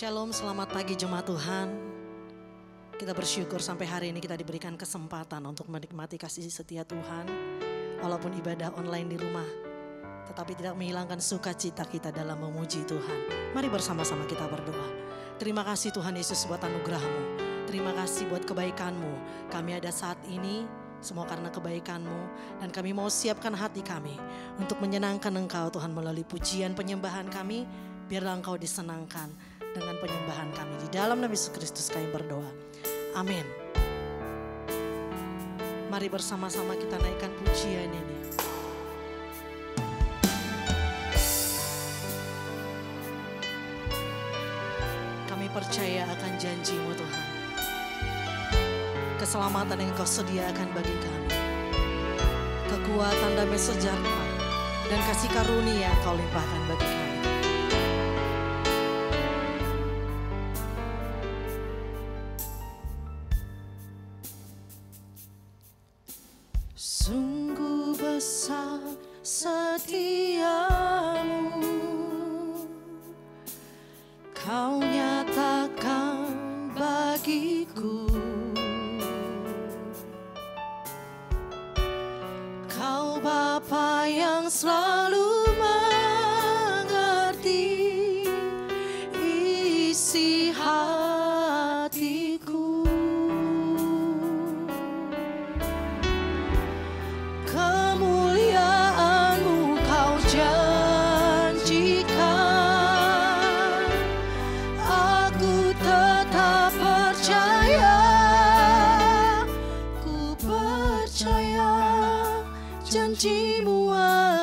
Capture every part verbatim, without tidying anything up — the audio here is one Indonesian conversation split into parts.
Shalom, selamat pagi jemaat Tuhan. Kita bersyukur sampai hari ini kita diberikan kesempatan untuk menikmati kasih setia Tuhan. Walaupun ibadah online di rumah, tetapi tidak menghilangkan sukacita kita dalam memuji Tuhan. Mari bersama-sama kita berdoa. Terima kasih Tuhan Yesus buat anugerah-Mu. Terima kasih buat kebaikan-Mu. Kami ada saat ini semua karena kebaikan-Mu. Dan kami mau siapkan hati kami untuk menyenangkan Engkau Tuhan melalui pujian penyembahan kami. Biarlah Engkau disenangkan dengan penyembahan kami. Di dalam nama Yesus Kristus kami berdoa. Amin. Mari bersama-sama kita naikkan pujian ini. Kami percaya akan janji-Mu Tuhan. Keselamatan yang Engkau sediakan bagi kami. Kekuatan damai sejahtera dan kasih karunia yang Kau limpahkan bagi kami. Sungguh besar setiamu, Kau nyatakan bagiku. Kau Bapa yang selalu mengerti isi hatiku. Kemuliaan-Mu Kau janjikan, aku tetap percaya, ku percaya janji-Mu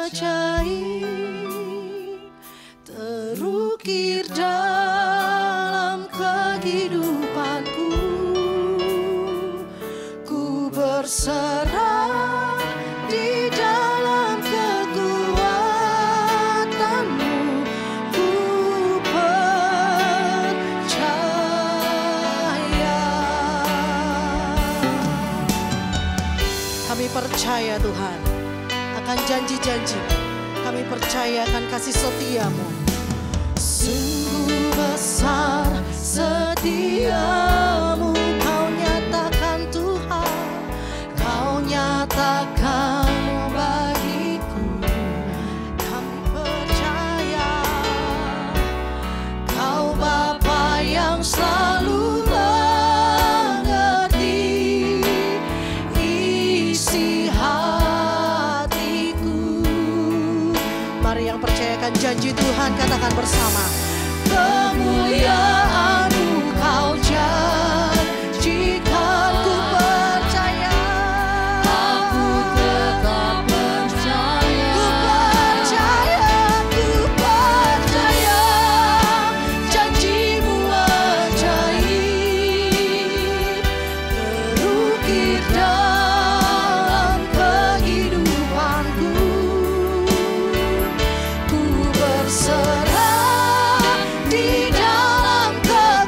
ajaib, terukir dalam kehidupanku. Ku berserah di dalam kekuatan-Mu, ku percaya. Kami percaya Tuhan akan janji-janji. Kami percaya akan kasih setia-Mu. Sungguh besar setiamu, Kau nyatakan Tuhan, Kau nyatakan bagiku. Kami percaya Kau Bapa yang selalu mengerti isi hatiku. Mari yang percayakan janji Tuhan katakan bersama. Kemuliaan-Mu Kau janjikan, ku percaya, aku tetap percaya, ku percaya, ku percaya janji-Mu ajaib, terukir dalam kehidupanku. Ku berserah di dalam kehidupanku.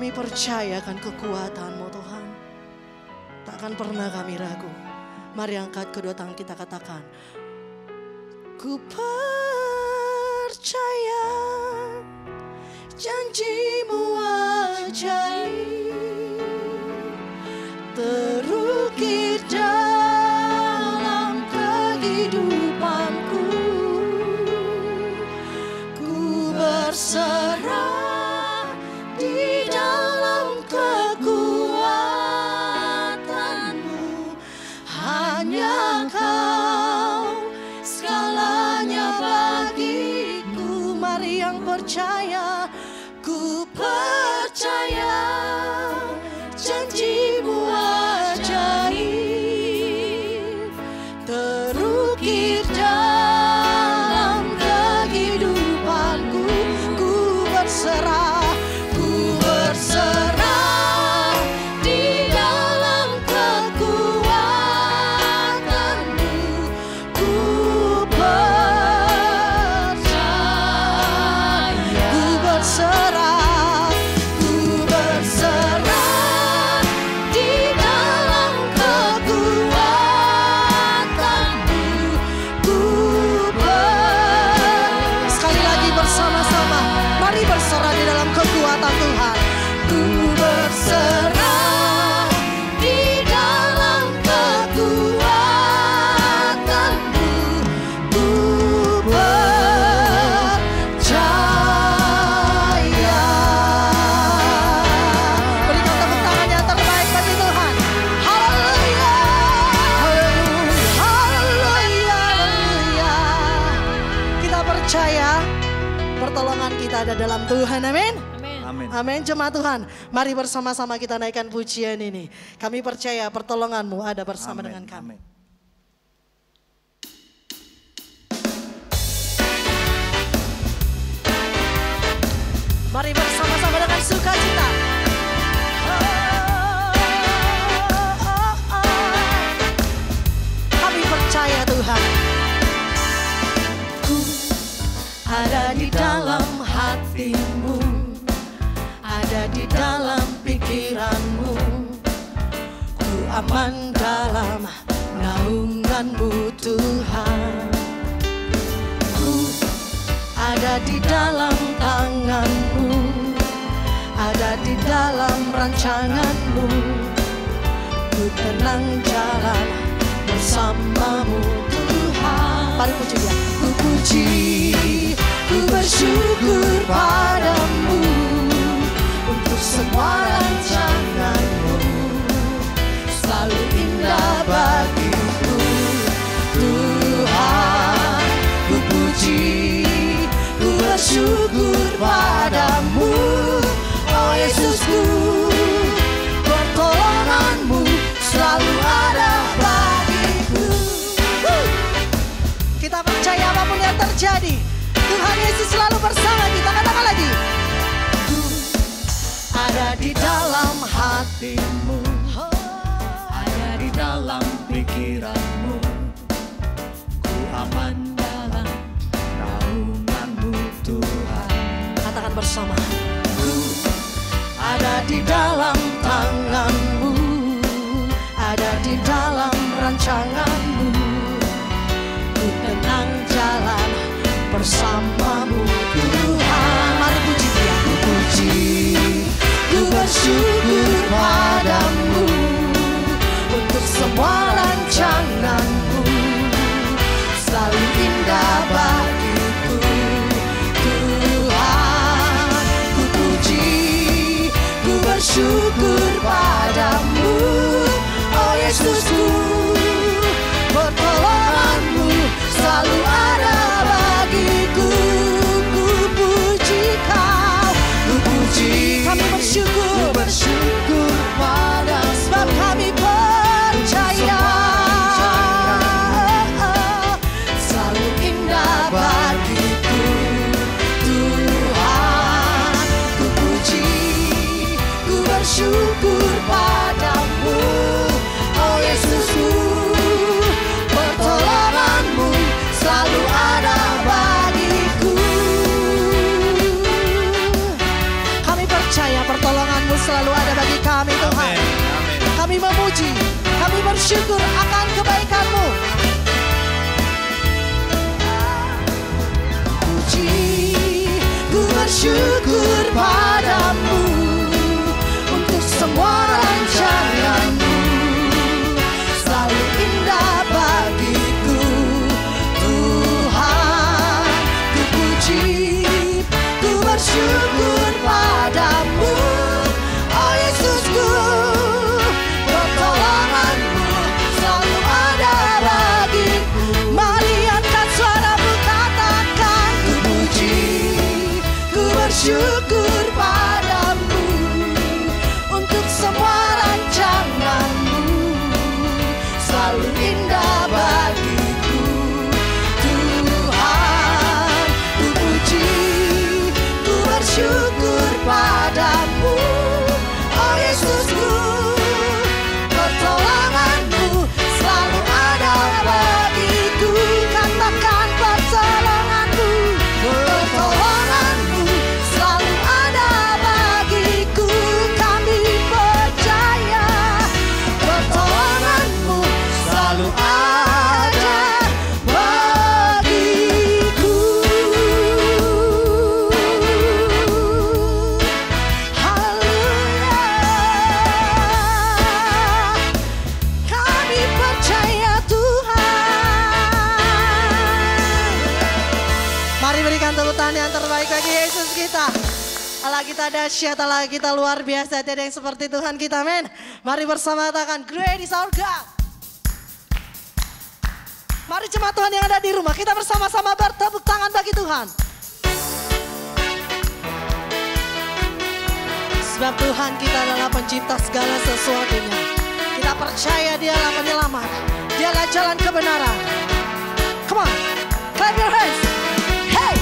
Kami percaya akan kekuatan-Mu Tuhan. Takkan pernah kami ragu. Mari angkat kedua tangan kita katakan. Ku percaya janji-Mu ajaib terukir dalam kehidupanku. Ku berserah di dalam kekuatan-Mu. Hanya Kau segalanya bagiku. Mari yang percaya. Ku percaya janji-Mu ajaib terukir dalam kehidupanku. Ku berserah, ku berserah di dalam kekuatan-Mu. Ku percaya, ku berserah. Ada dalam Tuhan, amin. Amin. Amin, jemaat Tuhan. Mari bersama-sama kita naikkan pujian ini. Kami percaya pertolongan-Mu ada bersama Amin. dengan kami. Amin. Mari bersama-sama dengan sukacita. Kami percaya Tuhan. Ku ada di dalam hati-Mu, ada di dalam pikiran-Mu. Ku aman dalam naungan-Mu Tuhan. Ku ada di dalam tangan-Mu, ada di dalam rancangan-Mu. Ku tenang jalan bersama-Mu Tuhan. Mari puji Dia. Ku puji, ku bersyukur padamu untuk semua rancangan-Mu, selalu indah bagiku Tuhan. Ku puji, ku bersyukur padamu, oh Yesusku. Pertolongan-Mu selalu ada bagiku. Woo! Kita percaya apapun yang terjadi, Tuhan Yesus selalu bersama kita. Katakan lagi. Ku ada di dalam hati-Mu, ada di dalam pikiran-Mu. Ku aman dalam naungan-Mu Tuhan. Katakan bersama. Ku ada di dalam tangan-Mu, ada di dalam rancangan-Mu. Ku tenang jalan bersama-Mu Tuhan. Mari puji Dia. Ku puji, ku bersyukur padamu untuk semua rancangan-Mu, selalu indah bagiku Tuhan. Ku puji, ku bersyukur padamu, oh Yesusku. Pertolongan-Mu selalu ada bagiku. Ku puji Kau, ku puji, kami bersyukur, ku bersyukur padamu, sebab kami percaya selalu indah bagiku Tuhan. Ku puji, ku bersyukur padamu, oh Yesus. memuji, kami bersyukur akan kebaikan-Mu. Ku bersyukur padamu untuk semua rancangan-Mu, selalu indah bagiku Tuhan. Ku puji, ku bersyukur padamu, oh Yesusku. Pertolongan-Mu selalu ada bagiku. Mari angkat suaramu, katakan ku puji, bersyukur padamu untuk semua rancangan-Mu, selalu indah bagiku Tuhan. Ku puji, ku bersyukur padamu, oh Yesusku. Pertolongan-Mu selalu ada bagiku. Katakan pertolongan-Mu, pertolongan-Mu selalu ada bagiku. Kami percaya pertolongan-Mu selalu ada bagiku. Haleluya. Kami percaya Tuhan. Mari berikan tepuk tangan yang terbaik bagi Yesus kita. Allah kita dahsyat, Allah kita luar biasa, tidak yang seperti Tuhan kita, men. Mari bersama katakan, great is our God. Mari jemaat Tuhan yang ada di rumah, kita bersama-sama bertepuk tangan bagi Tuhan. Sebab Tuhan kita adalah pencipta segala sesuatunya. Kita percaya Dialah penyelamat, Dialah jalan kebenaran. Come on, clap your hands. Hey!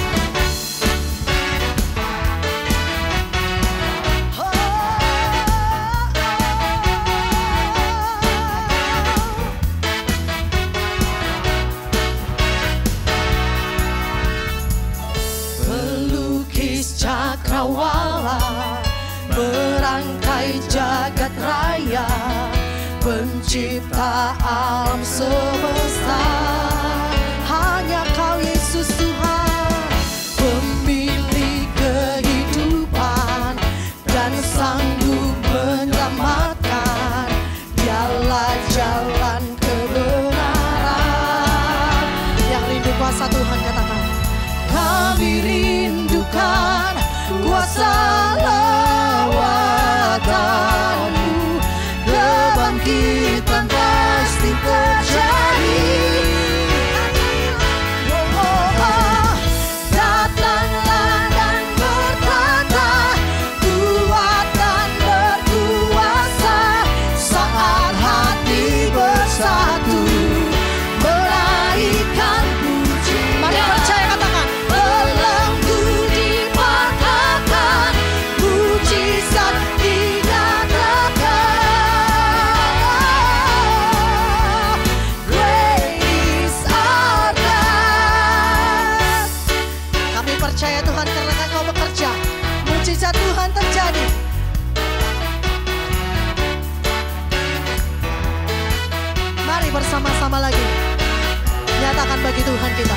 Pelukis cakrawala, merangkai jagat raya, pencipta alam semesta. Hanya Kau Yesus Tuhan, pemilik kehidupan dan sanggup menyelamatkan. Dialah jalan kebenaran. Yang rindu kuasa Tuhan katakan, kami rindukan kuasa lawatan-Mu. Kebangkitan pasti terjadi. Oh, oh, oh. Datanglah dan bertata, kuat dan berkuasa, saat hati bersatu menaikkan puji. Mari percaya katakan, belenggu dipatahkan, mujizat dinyatakan. Great is our God. Kami percaya Tuhan, karena Kau bekerja, mujizat Tuhan terjadi. Mari bersama-sama lagi nyatakan bagi Tuhan kita.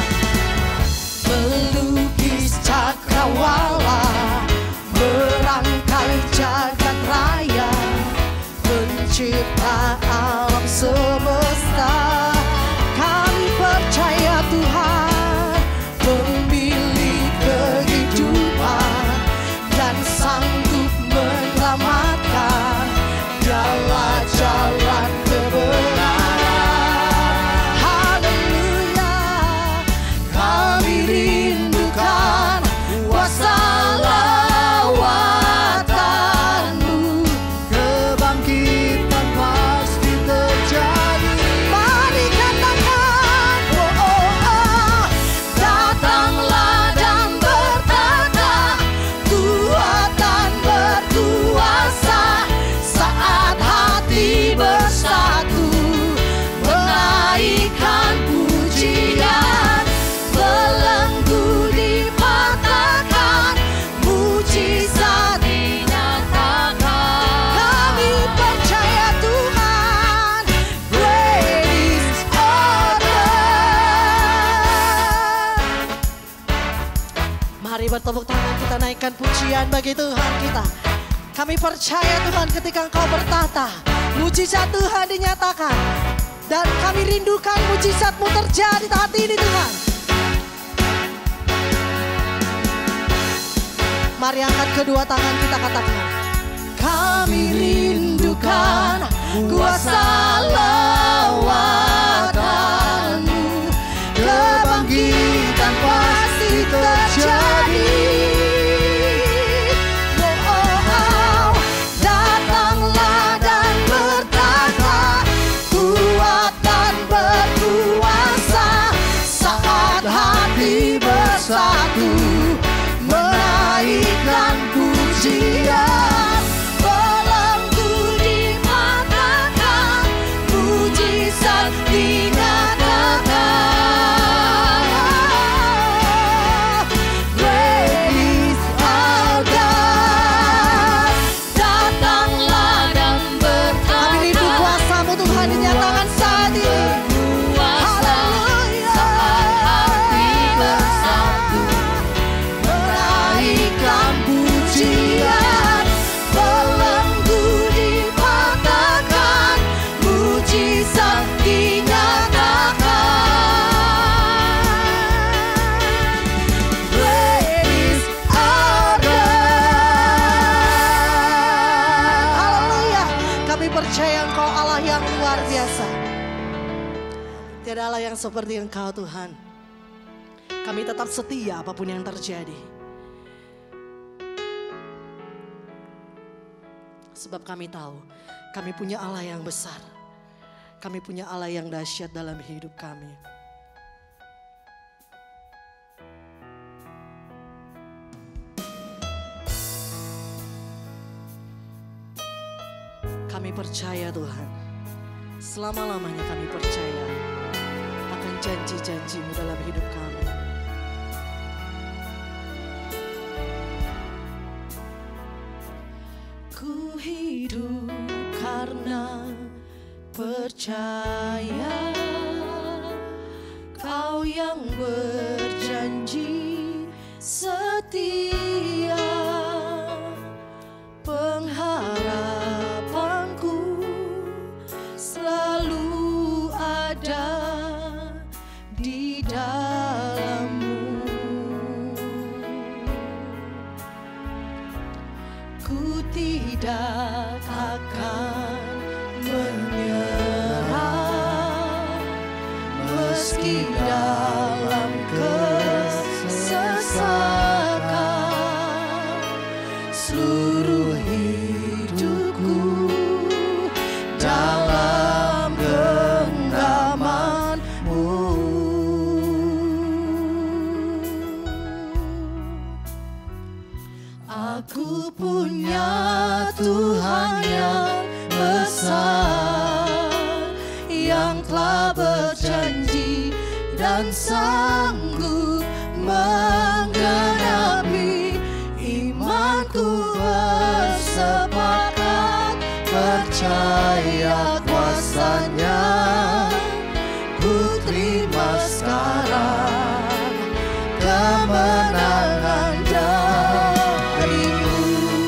Pelukis cakrawala, merangkai jagat raya, pencipta alam semesta. Kami percaya Tuhan, pemilik kehidupan dan sanggup menyelamatkan. Dialah jalan kebenaran. Haleluya. Kami rindukan Mari bertepuk tangan, kita naikkan pujian bagi Tuhan kita. Kami percaya Tuhan, ketika Engkau bertata, mujizat Tuhan dinyatakan. Dan kami rindukan mujizat-Mu terjadi saat ini Tuhan. Mari angkat kedua tangan, kita katakan, kami rindukan kuasa lawatan-Mu, kebangkitan pasti terjadi. Oh, oh, oh. Datanglah dan bertata, kuat dan berkuasa, saat hati bersatu, menaikkan pujian, belenggu dimatakan, mujizat dinyatakan. Great is our God. Datanglah dan bertata, kami rindu kuasa-Mu Tuhan dinyatakan saat ini. Haleluya. Hati bersatu, menaikkan pujian, belenggu dipatahkan, mujizat dinyatakan. Great is our God. Haleluya. Kami percaya Engkau Allah yang luar biasa. Tiada Allah yang seperti Engkau Tuhan. Kami tetap setia apapun yang terjadi. Sebab kami tahu, kami punya Allah yang besar. Kami punya Allah yang dahsyat dalam hidup kami. Kami percaya Tuhan, selama-lamanya kami percaya akan janji-janji-Mu dalam hidup kami. Ku hidup karena percaya, Kau yang berjanji setia. Pengharapanku selalu ada di dalam-Mu. Ku tidak akan menyerah, meski dalam kesesakan. Seluruh hidupku dalam genggaman-Mu. Aku punya Tuhan yang besar, yang telah berjanji dan sanggup menggenapi. Imanku bersepakat, percaya kuasa-Nya. Ku terima sekarang kemenangan dari-Mu.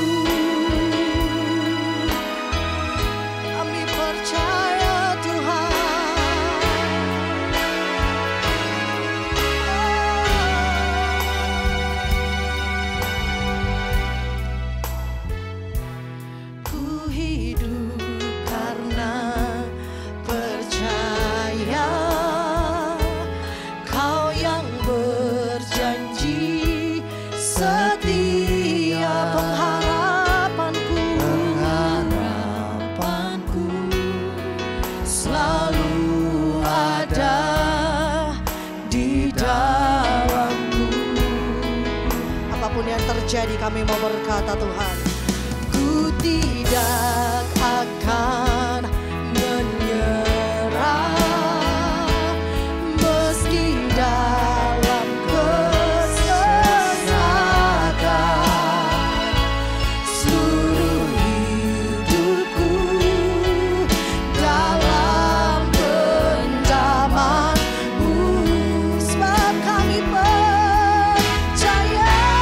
Kami percaya Tuhan. Ku hidup karena percaya, Kau yang berjanji setia. Pengharapanku, pengharapanku selalu ada di dalam-Mu. Apapun yang terjadi, kami mau berkata Tuhan, ku tidak akan menyerah, meski dalam kesesakan. Seluruh hidupku dalam genggaman-Mu. Sebab kami percaya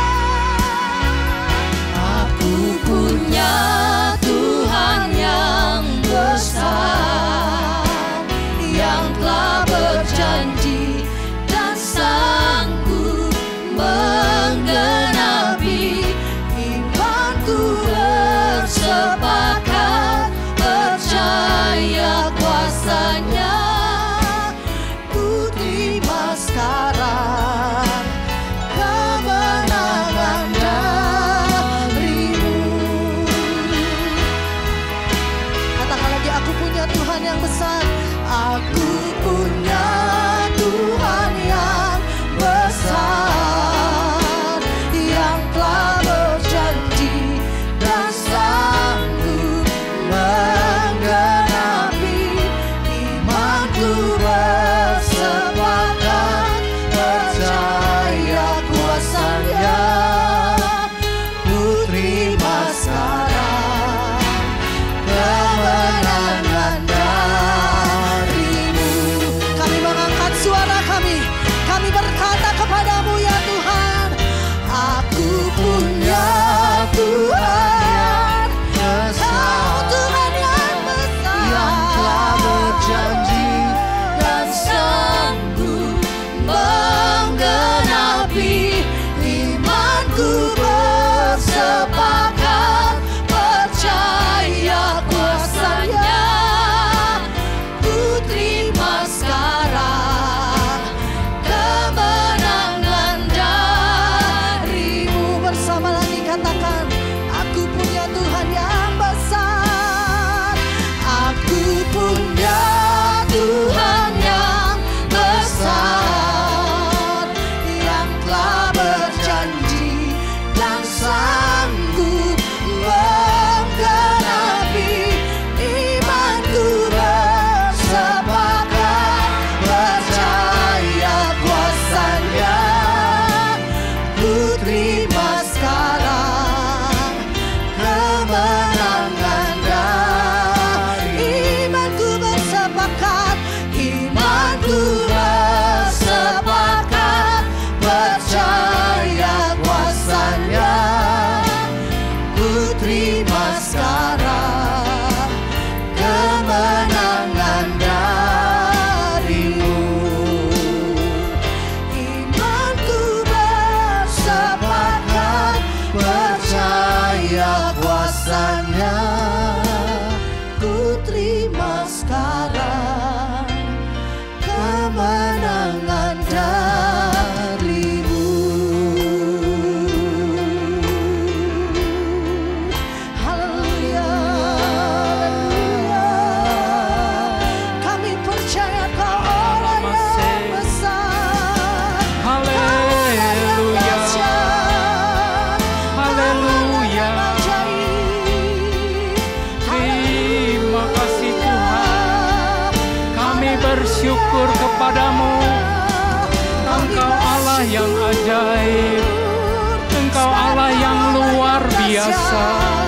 biasa.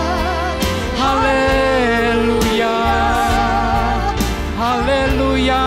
Haleluya, haleluya.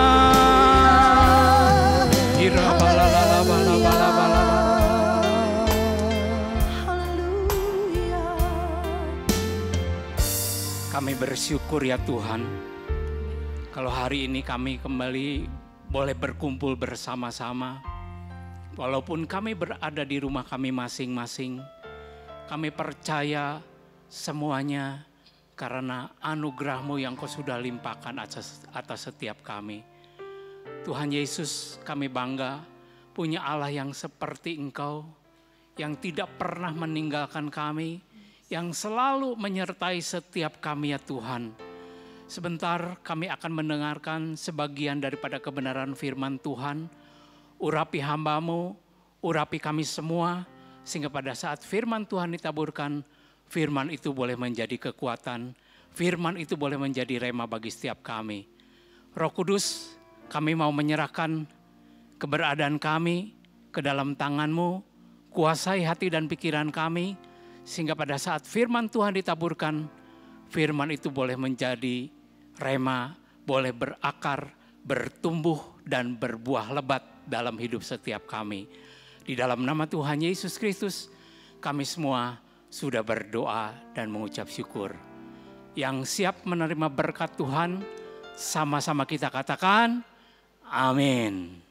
Kami bersyukur ya Tuhan, kalau hari ini kami kembali boleh berkumpul bersama-sama. Walaupun kami berada di rumah kami masing-masing, kami percaya semuanya karena anugerah-Mu yang Kau sudah limpahkan atas, atas setiap kami. Tuhan Yesus, kami bangga punya Allah yang seperti Engkau, yang tidak pernah meninggalkan kami, yang selalu menyertai setiap kami ya Tuhan. Sebentar kami akan mendengarkan sebagian daripada kebenaran firman Tuhan. Urapi hamba-Mu, urapi kami semua, sehingga pada saat firman Tuhan ditaburkan, firman itu boleh menjadi kekuatan, firman itu boleh menjadi rema bagi setiap kami. Roh Kudus, kami mau menyerahkan keberadaan kami ke dalam tangan-Mu, kuasai hati dan pikiran kami, sehingga pada saat firman Tuhan ditaburkan, firman itu boleh menjadi rema, boleh berakar, bertumbuh dan berbuah lebat dalam hidup setiap kami. Di dalam nama Tuhan Yesus Kristus, kami semua sudah berdoa dan mengucap syukur. Yang siap menerima berkat Tuhan, sama-sama kita katakan, amin.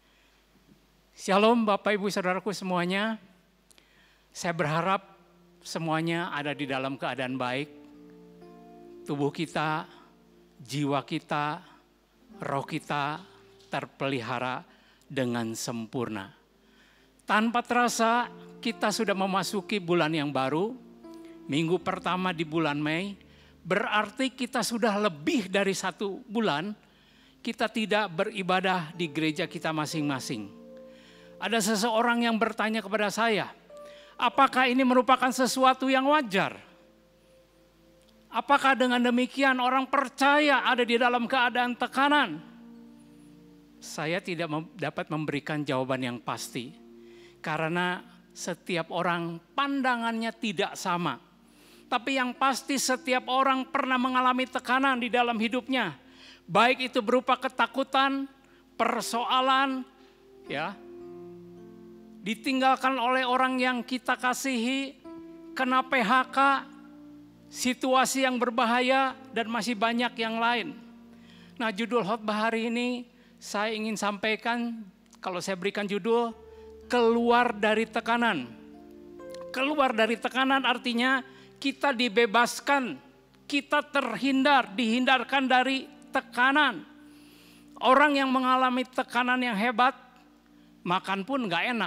Shalom Bapak Ibu Saudaraku semuanya. Saya berharap semuanya ada di dalam keadaan baik. Tubuh kita, jiwa kita, roh kita terpelihara dengan sempurna. Tanpa terasa kita sudah memasuki bulan yang baru. Minggu pertama di bulan Mei. Berarti kita sudah lebih dari satu bulan kita tidak beribadah di gereja kita masing-masing. Ada seseorang yang bertanya kepada saya, apakah ini merupakan sesuatu yang wajar? Apakah dengan demikian orang percaya ada di dalam keadaan tekanan? Saya tidak dapat memberikan jawaban yang pasti. Karena setiap orang pandangannya tidak sama. Tapi yang pasti setiap orang pernah mengalami tekanan di dalam hidupnya. Baik itu berupa ketakutan, persoalan, ya, ditinggalkan oleh orang yang kita kasihi, kena P H K, situasi yang berbahaya, dan masih banyak yang lain. Nah, judul khotbah hari ini saya ingin sampaikan, kalau saya berikan judul, keluar dari tekanan. Keluar dari tekanan artinya kita dibebaskan, kita terhindar, dihindarkan dari tekanan. Orang yang mengalami tekanan yang hebat, makan pun gak enak.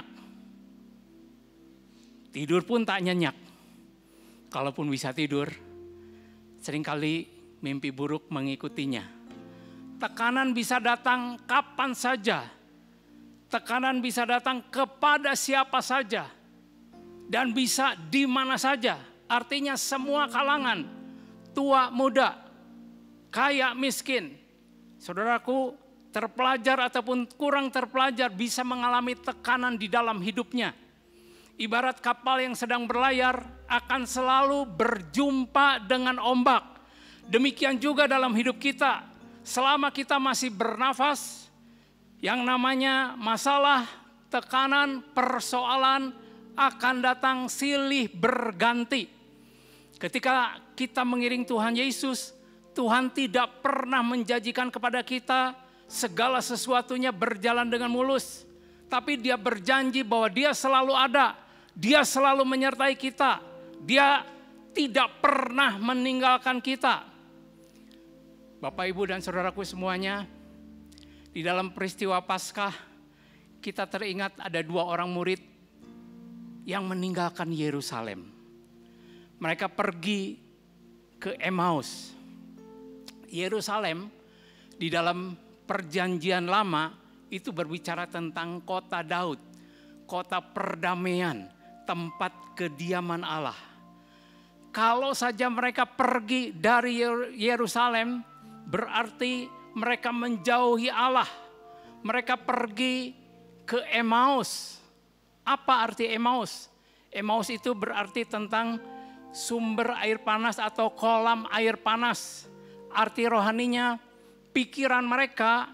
Tidur pun tak nyenyak. Kalaupun bisa tidur, seringkali mimpi buruk mengikutinya. Tekanan bisa datang kapan saja. Tekanan bisa datang kepada siapa saja. Dan bisa di mana saja. Artinya semua kalangan, tua muda, kaya miskin. Saudaraku, terpelajar ataupun kurang terpelajar bisa mengalami tekanan di dalam hidupnya. Ibarat kapal yang sedang berlayar akan selalu berjumpa dengan ombak. Demikian juga dalam hidup kita. Selama kita masih bernafas, yang namanya masalah, tekanan, persoalan akan datang silih berganti. Ketika kita mengiring Tuhan Yesus, Tuhan tidak pernah menjanjikan kepada kita segala sesuatunya berjalan dengan mulus. Tapi Dia berjanji bahwa Dia selalu ada. Dia selalu menyertai kita. Dia tidak pernah meninggalkan kita. Bapak, Ibu, dan saudaraku semuanya, di dalam peristiwa Paskah, kita teringat ada dua orang murid yang meninggalkan Yerusalem. Mereka pergi ke Emmaus. Yerusalem di dalam perjanjian lama itu berbicara tentang kota Daud, kota perdamaian, tempat kediaman Allah. Kalau saja mereka pergi dari Yerusalem, berarti mereka menjauhi Allah. Mereka pergi ke Emmaus. Apa arti Emmaus? Emmaus itu berarti tentang sumber air panas atau kolam air panas. Arti rohaninya, pikiran mereka,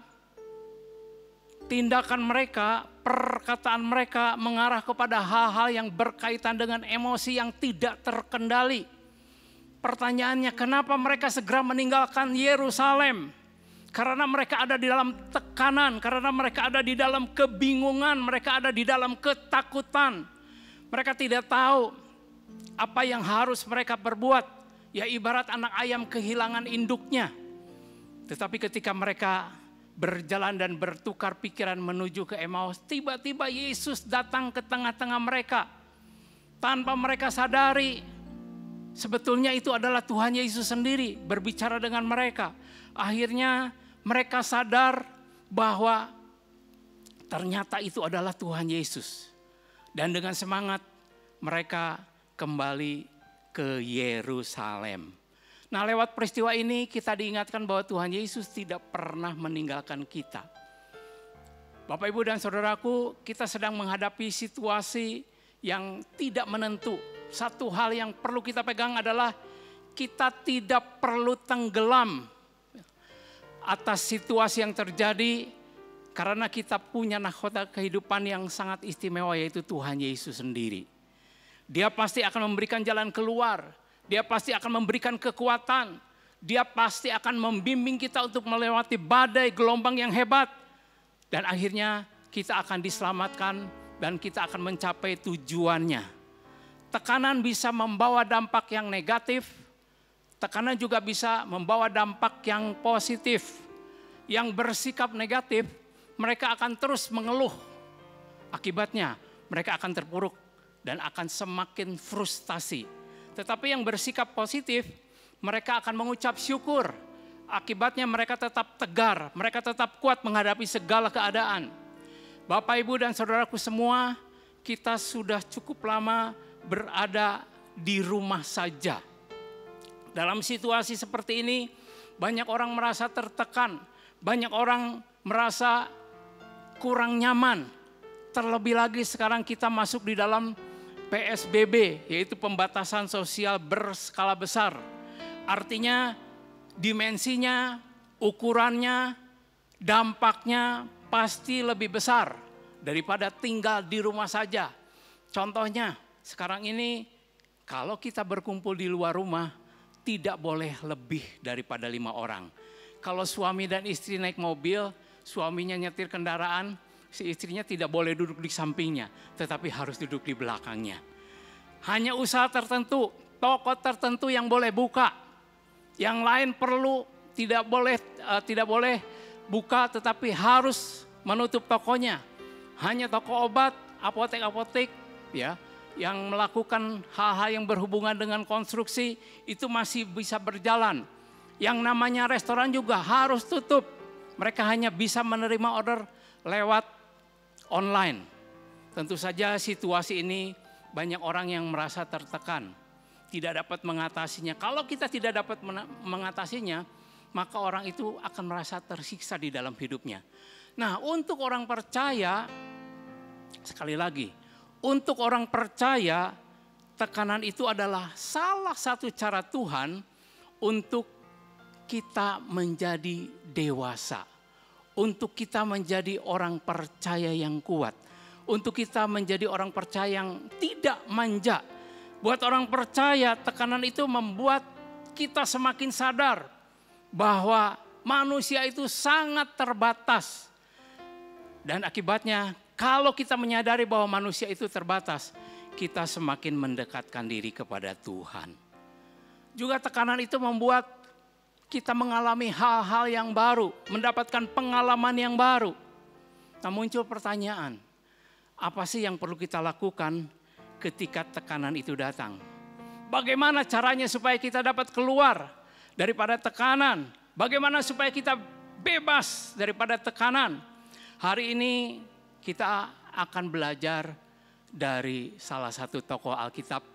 tindakan mereka, perkataan mereka mengarah kepada hal-hal yang berkaitan dengan emosi yang tidak terkendali. Pertanyaannya, kenapa mereka segera meninggalkan Yerusalem? Karena mereka ada di dalam tekanan, karena mereka ada di dalam kebingungan, mereka ada di dalam ketakutan. Mereka tidak tahu apa yang harus mereka perbuat. Ya ibarat anak ayam kehilangan induknya. Tetapi ketika mereka berjalan dan bertukar pikiran menuju ke Emmaus, tiba-tiba Yesus datang ke tengah-tengah mereka. Tanpa mereka sadari, sebetulnya itu adalah Tuhan Yesus sendiri berbicara dengan mereka. Akhirnya mereka sadar bahwa ternyata itu adalah Tuhan Yesus. Dan dengan semangat mereka kembali ke Yerusalem. Nah, lewat peristiwa ini kita diingatkan bahwa Tuhan Yesus tidak pernah meninggalkan kita. Bapak, Ibu, dan saudaraku, kita sedang menghadapi situasi yang tidak menentu. Satu hal yang perlu kita pegang adalah kita tidak perlu tenggelam atas situasi yang terjadi karena kita punya nahkota kehidupan yang sangat istimewa, yaitu Tuhan Yesus sendiri. Dia pasti akan memberikan jalan keluar, dia pasti akan memberikan kekuatan, dia pasti akan membimbing kita untuk melewati badai gelombang yang hebat. Dan akhirnya kita akan diselamatkan dan kita akan mencapai tujuannya. Tekanan bisa membawa dampak yang negatif, tekanan juga bisa membawa dampak yang positif. Yang bersikap negatif, mereka akan terus mengeluh. Akibatnya mereka akan terpuruk dan akan semakin frustasi. Tetapi yang bersikap positif, mereka akan mengucap syukur. Akibatnya mereka tetap tegar, mereka tetap kuat menghadapi segala keadaan. Bapak, Ibu, dan saudaraku semua, kita sudah cukup lama berada di rumah saja. Dalam situasi seperti ini, banyak orang merasa tertekan, banyak orang merasa kurang nyaman. Terlebih lagi sekarang kita masuk di dalam P S B B, yaitu pembatasan sosial berskala besar. Artinya dimensinya, ukurannya, dampaknya pasti lebih besar daripada tinggal di rumah saja. Contohnya sekarang ini kalau kita berkumpul di luar rumah, tidak boleh lebih daripada lima orang. Kalau suami dan istri naik mobil, suaminya nyetir kendaraan, si istrinya tidak boleh duduk di sampingnya, tetapi harus duduk di belakangnya. Hanya usaha tertentu, toko tertentu yang boleh buka. Yang lain perlu tidak boleh uh, tidak boleh buka, tetapi harus menutup tokonya. Hanya toko obat, apotek-apotek, ya, yang melakukan hal-hal yang berhubungan dengan konstruksi itu masih bisa berjalan. Yang namanya restoran juga harus tutup. Mereka hanya bisa menerima order lewat online. Tentu saja situasi ini banyak orang yang merasa tertekan, tidak dapat mengatasinya. Kalau kita tidak dapat mengatasinya, maka orang itu akan merasa tersiksa di dalam hidupnya. Nah, untuk orang percaya, sekali lagi, untuk orang percaya, tekanan itu adalah salah satu cara Tuhan untuk kita menjadi dewasa. Untuk kita menjadi orang percaya yang kuat. Untuk kita menjadi orang percaya yang tidak manja. Buat orang percaya, tekanan itu membuat kita semakin sadar bahwa manusia itu sangat terbatas. Dan akibatnya, kalau kita menyadari bahwa manusia itu terbatas, kita semakin mendekatkan diri kepada Tuhan. Juga tekanan itu membuat kita mengalami hal-hal yang baru, mendapatkan pengalaman yang baru. Nah, muncul pertanyaan, apa sih yang perlu kita lakukan ketika tekanan itu datang? Bagaimana caranya supaya kita dapat keluar daripada tekanan? Bagaimana supaya kita bebas daripada tekanan? Hari ini kita akan belajar dari salah satu tokoh Alkitab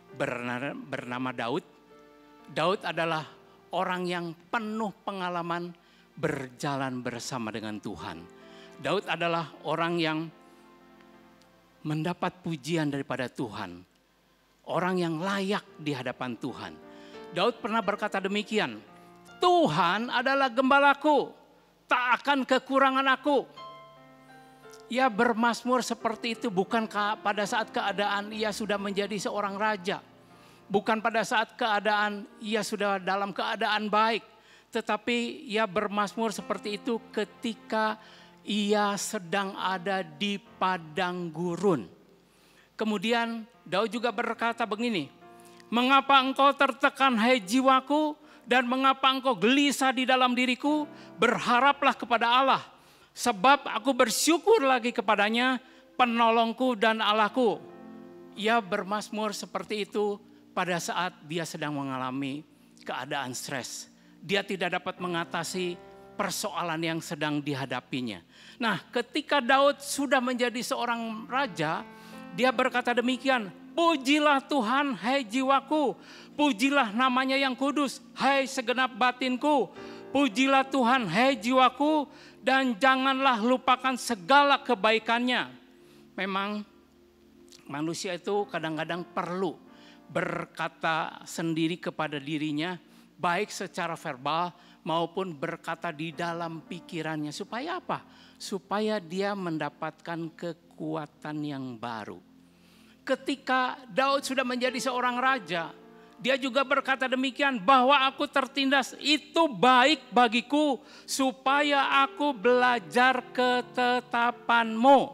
bernama Daud. Daud adalah orang yang penuh pengalaman berjalan bersama dengan Tuhan. Daud adalah orang yang mendapat pujian daripada Tuhan. orang yang layak di hadapan Tuhan. Daud pernah berkata demikian, Tuhan adalah gembalaku, tak akan kekurangan aku. Ia bermazmur seperti itu bukan pada saat keadaan ia sudah menjadi seorang raja. Bukan pada saat keadaan ia sudah dalam keadaan baik. Tetapi ia bermazmur seperti itu ketika ia sedang ada di padang gurun. Kemudian Daud juga berkata begini, mengapa engkau tertekan hai jiwaku dan mengapa engkau gelisah di dalam diriku? Berharaplah kepada Allah. Sebab aku bersyukur lagi kepadanya, penolongku dan Allahku. Ia bermazmur seperti itu pada saat dia sedang mengalami keadaan stres. Dia tidak dapat mengatasi persoalan yang sedang dihadapinya. Nah, ketika Daud sudah menjadi seorang raja, dia berkata demikian, pujilah Tuhan hai jiwaku, pujilah namanya yang kudus hai segenap batinku. Pujilah Tuhan hai jiwaku dan janganlah lupakan segala kebaikannya. Memang manusia itu kadang-kadang perlu berkata sendiri kepada dirinya, baik secara verbal maupun berkata di dalam pikirannya. Supaya apa? Supaya dia mendapatkan kekuatan yang baru. Ketika Daud sudah menjadi seorang raja, dia juga berkata demikian, bahwa aku tertindas itu baik bagiku supaya aku belajar ketetapanmu.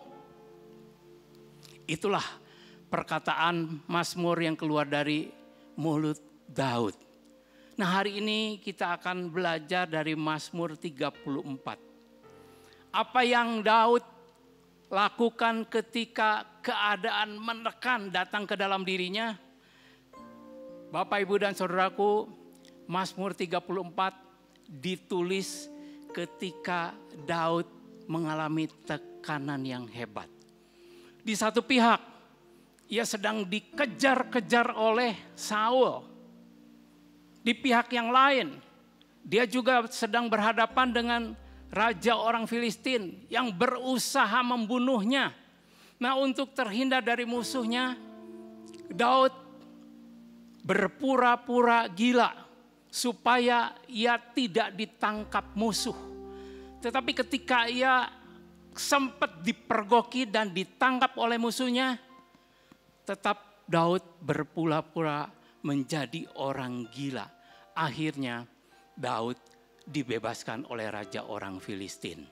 Itulah perkataan Mazmur yang keluar dari mulut Daud. Nah, hari ini kita akan belajar dari Mazmur tiga puluh empat. Apa yang Daud lakukan ketika keadaan menekan datang ke dalam dirinya. Bapak, Ibu, dan Saudaraku, Mazmur tiga puluh empat ditulis ketika Daud mengalami tekanan yang hebat. Di satu pihak, ia sedang dikejar-kejar oleh Saul. Di pihak yang lain, dia juga sedang berhadapan dengan raja orang Filistin yang berusaha membunuhnya. Nah, untuk terhindar dari musuhnya, Daud berpura-pura gila supaya ia tidak ditangkap musuh. Tetapi ketika ia sempat dipergoki dan ditangkap oleh musuhnya, tetap Daud berpura-pura menjadi orang gila. Akhirnya Daud dibebaskan oleh raja orang Filistin.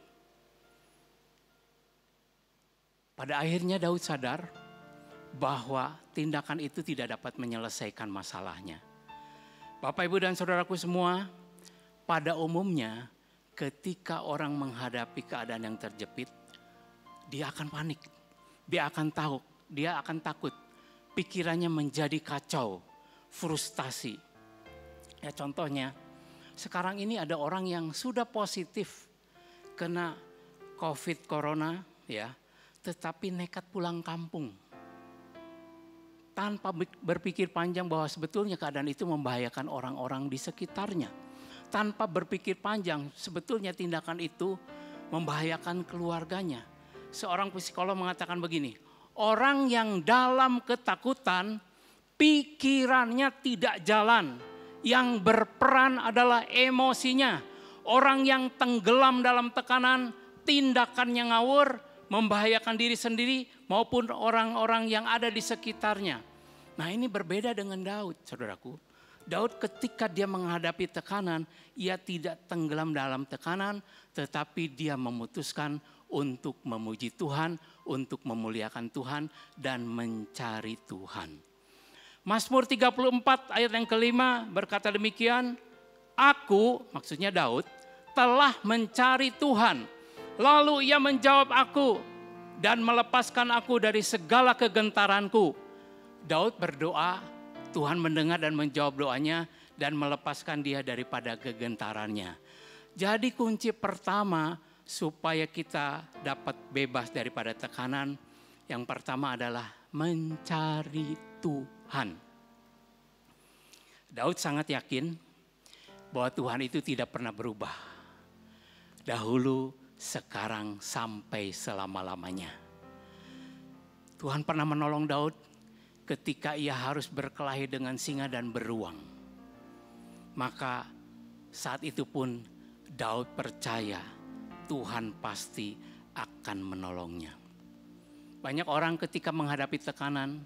Pada akhirnya Daud sadar bahwa tindakan itu tidak dapat menyelesaikan masalahnya. Bapak, Ibu, dan Saudaraku semua, pada umumnya ketika orang menghadapi keadaan yang terjepit, dia akan panik, dia akan tahu, dia akan takut, pikirannya menjadi kacau, frustasi. Ya, contohnya, sekarang ini ada orang yang sudah positif kena COVID corona, ya, tetapi nekat pulang kampung. Tanpa berpikir panjang bahwa sebetulnya keadaan itu membahayakan orang-orang di sekitarnya. Tanpa berpikir panjang, sebetulnya tindakan itu membahayakan keluarganya. Seorang psikolog mengatakan begini, orang yang dalam ketakutan, pikirannya tidak jalan. Yang berperan adalah emosinya. Orang yang tenggelam dalam tekanan, tindakannya ngawur, membahayakan diri sendiri maupun orang-orang yang ada di sekitarnya. Nah, ini berbeda dengan Daud, saudaraku. Daud ketika dia menghadapi tekanan, ia tidak tenggelam dalam tekanan, tetapi dia memutuskan untuk memuji Tuhan, untuk memuliakan Tuhan dan mencari Tuhan. Mazmur tiga puluh empat ayat yang kelima berkata demikian, aku, maksudnya Daud, telah mencari Tuhan. Lalu ia menjawab aku dan melepaskan aku dari segala kegentaranku. Daud berdoa, Tuhan mendengar dan menjawab doanya dan melepaskan dia daripada kegentarannya. Jadi kunci pertama supaya kita dapat bebas daripada tekanan, yang pertama adalah mencari Tuhan. Daud sangat yakin bahwa Tuhan itu tidak pernah berubah. Dahulu, sekarang, sampai selama-lamanya. Tuhan pernah menolong Daud ketika ia harus berkelahi dengan singa dan beruang. Maka saat itu pun Daud percaya Tuhan pasti akan menolongnya. Banyak orang ketika menghadapi tekanan,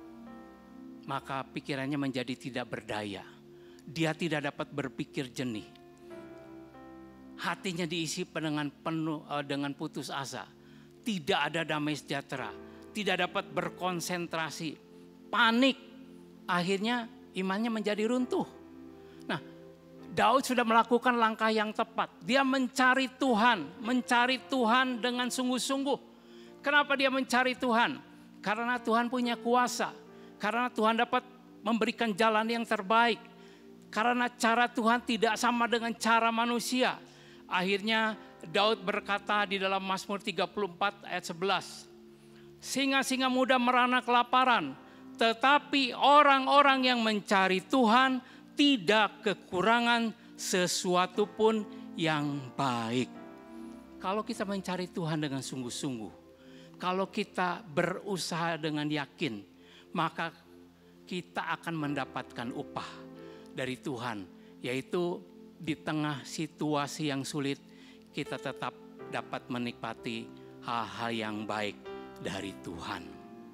maka pikirannya menjadi tidak berdaya. Dia tidak dapat berpikir jernih. Hatinya diisi dengan penuh dengan putus asa. Tidak ada damai sejahtera, tidak dapat berkonsentrasi, panik. Akhirnya imannya menjadi runtuh. Nah, Daud sudah melakukan langkah yang tepat. Dia mencari Tuhan, mencari Tuhan dengan sungguh-sungguh. Kenapa dia mencari Tuhan? Karena Tuhan punya kuasa. Karena Tuhan dapat memberikan jalan yang terbaik. Karena cara Tuhan tidak sama dengan cara manusia. Akhirnya Daud berkata di dalam Mazmur tiga puluh empat ayat sebelas. Singa-singa muda merana kelaparan, tetapi orang-orang yang mencari Tuhan tidak kekurangan sesuatu pun yang baik. Kalau kita mencari Tuhan dengan sungguh-sungguh, kalau kita berusaha dengan yakin, maka kita akan mendapatkan upah dari Tuhan, yaitu di tengah situasi yang sulit, kita tetap dapat menikmati hal-hal yang baik dari Tuhan.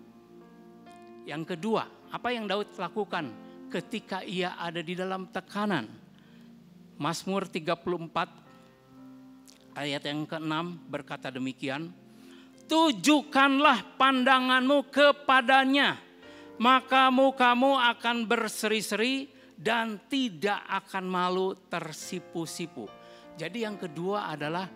Yang kedua, apa yang Daud lakukan ketika ia ada di dalam tekanan? Mazmur tiga puluh empat ayat yang keenam berkata demikian, tujukanlah pandanganmu kepadanya, maka mukamu akan berseri-seri dan tidak akan malu tersipu-sipu. Jadi yang kedua adalah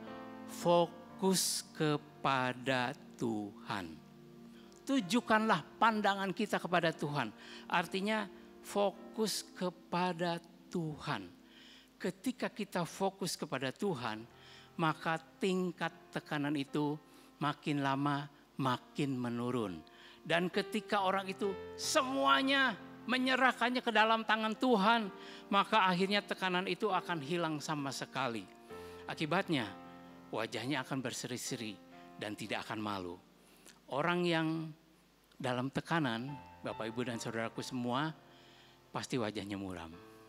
fokus kepada Tuhan. Tujukanlah pandangan kita kepada Tuhan. Artinya fokus kepada Tuhan. Ketika kita fokus kepada Tuhan, maka tingkat tekanan itu makin lama makin menurun. Dan ketika orang itu semuanya menyerahkannya ke dalam tangan Tuhan, maka akhirnya tekanan itu akan hilang sama sekali. Akibatnya wajahnya akan berseri-seri dan tidak akan malu. Orang yang dalam tekanan, Bapak Ibu dan Saudaraku semua, pasti wajahnya muram.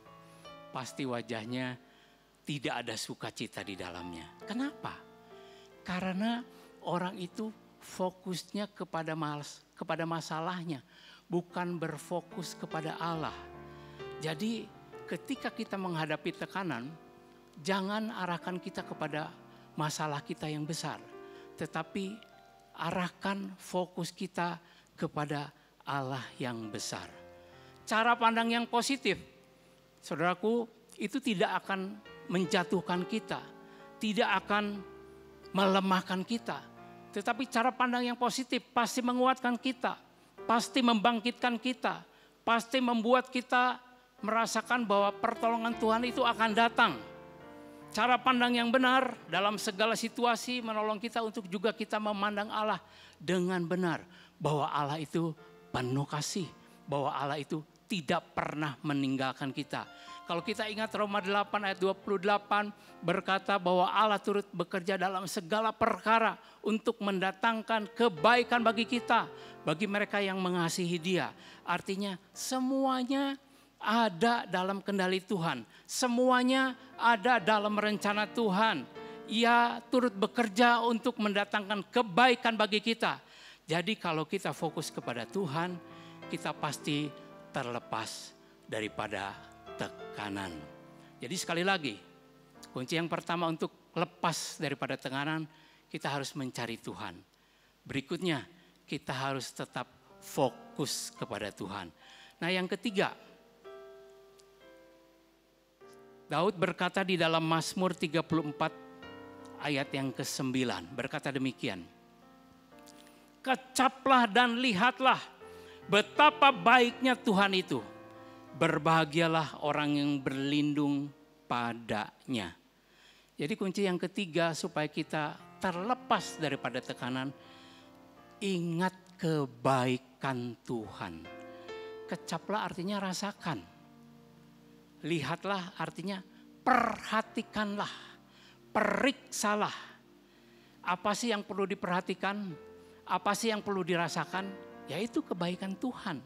Pasti wajahnya tidak ada sukacita di dalamnya. Kenapa? Karena orang itu fokusnya kepada mas, kepada masalahnya, bukan berfokus kepada Allah. Jadi ketika kita menghadapi tekanan, jangan arahkan kita kepada masalah kita yang besar, tetapi arahkan fokus kita kepada Allah yang besar. Cara pandang yang positif, saudaraku, itu tidak akan menjatuhkan kita, tidak akan melemahkan kita, tetapi cara pandang yang positif pasti menguatkan kita, pasti membangkitkan kita, pasti membuat kita merasakan bahwa pertolongan Tuhan itu akan datang. Cara pandang yang benar dalam segala situasi menolong kita untuk juga kita memandang Allah dengan benar. Bahwa Allah itu penuh kasih, bahwa Allah itu tidak pernah meninggalkan kita. Kalau kita ingat Roma delapan ayat dua puluh delapan berkata bahwa Allah turut bekerja dalam segala perkara untuk mendatangkan kebaikan bagi kita, bagi mereka yang mengasihi Dia. Artinya semuanya ada dalam kendali Tuhan, semuanya ada dalam rencana Tuhan. Ia turut bekerja untuk mendatangkan kebaikan bagi kita. Jadi kalau kita fokus kepada Tuhan, kita pasti terlepas daripada tekanan. Jadi sekali lagi, kunci yang pertama untuk lepas daripada tekanan, kita harus mencari Tuhan. Berikutnya, kita harus tetap fokus kepada Tuhan. Nah yang ketiga, Daud berkata di dalam Mazmur tiga puluh empat ayat yang kesembilan, berkata demikian. Kecaplah dan lihatlah betapa baiknya Tuhan itu. Berbahagialah orang yang berlindung padanya. Jadi kunci yang ketiga supaya kita terlepas daripada tekanan, ingat kebaikan Tuhan. Kecaplah artinya rasakan. Lihatlah artinya perhatikanlah, periksalah. Apa sih yang perlu diperhatikan? Apa sih yang perlu dirasakan? Yaitu kebaikan Tuhan.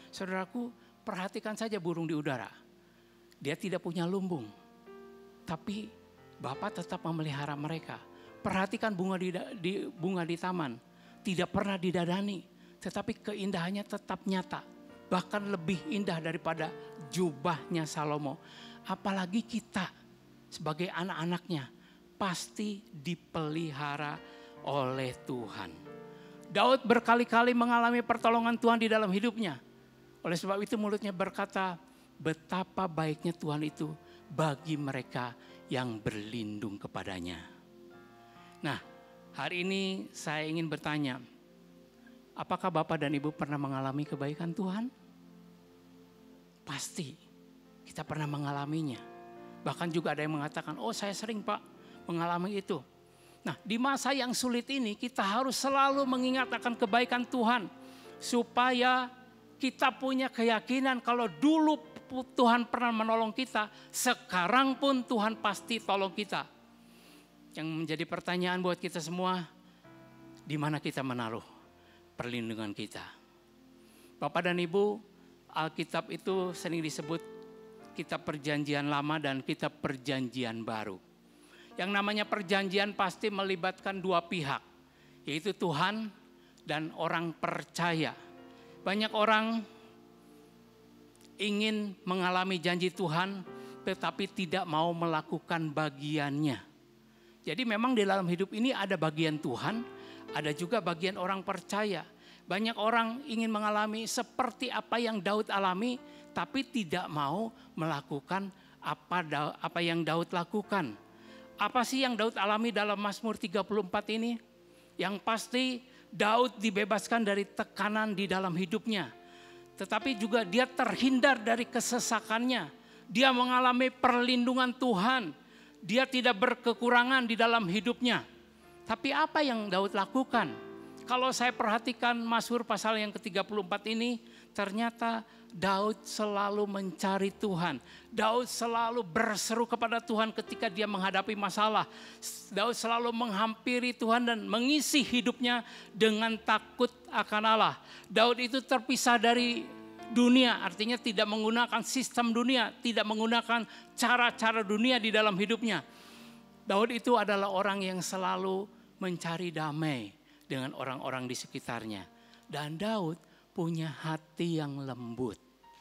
Saudaraku, perhatikan saja burung di udara. Dia tidak punya lumbung, tapi Bapa tetap memelihara mereka. Perhatikan bunga di, di bunga di taman, tidak pernah didadani, tetapi keindahannya tetap nyata. Bahkan lebih indah daripada jubahnya Salomo. Apalagi kita sebagai anak-anaknya pasti dipelihara oleh Tuhan. Daud berkali-kali mengalami pertolongan Tuhan di dalam hidupnya. Oleh sebab itu mulutnya berkata, betapa baiknya Tuhan itu bagi mereka yang berlindung kepadanya. Nah, hari ini saya ingin bertanya, apakah Bapak dan Ibu pernah mengalami kebaikan Tuhan? Pasti kita pernah mengalaminya. Bahkan juga ada yang mengatakan, oh saya sering Pak mengalami itu. Nah, di masa yang sulit ini kita harus selalu mengingat akan kebaikan Tuhan. Supaya kita punya keyakinan kalau dulu Tuhan pernah menolong kita, sekarang pun Tuhan pasti tolong kita. Yang menjadi pertanyaan buat kita semua, di mana kita menaruh perlindungan kita? Bapak dan Ibu, Alkitab itu sering disebut kitab perjanjian lama dan kitab perjanjian baru. Yang namanya perjanjian pasti melibatkan dua pihak, yaitu Tuhan dan orang percaya. Banyak orang ingin mengalami janji Tuhan tetapi tidak mau melakukan bagiannya. Jadi memang di dalam hidup ini ada bagian Tuhan, ada juga bagian orang percaya. Banyak orang ingin mengalami seperti apa yang Daud alami, tapi tidak mau melakukan apa apa yang Daud lakukan. Apa sih yang Daud alami dalam Mazmur tiga puluh empat ini? Yang pasti Daud dibebaskan dari tekanan di dalam hidupnya. Tetapi juga dia terhindar dari kesesakannya. Dia mengalami perlindungan Tuhan. Dia tidak berkekurangan di dalam hidupnya. Tapi apa yang Daud lakukan? Kalau saya perhatikan Mazmur pasal yang ke tiga puluh empat ini, ternyata Daud selalu mencari Tuhan. Daud selalu berseru kepada Tuhan ketika dia menghadapi masalah. Daud selalu menghampiri Tuhan dan mengisi hidupnya dengan takut akan Allah. Daud itu terpisah dari dunia, artinya tidak menggunakan sistem dunia, tidak menggunakan cara-cara dunia di dalam hidupnya. Daud itu adalah orang yang selalu mencari damai dengan orang-orang di sekitarnya. Dan Daud punya hati yang lembut,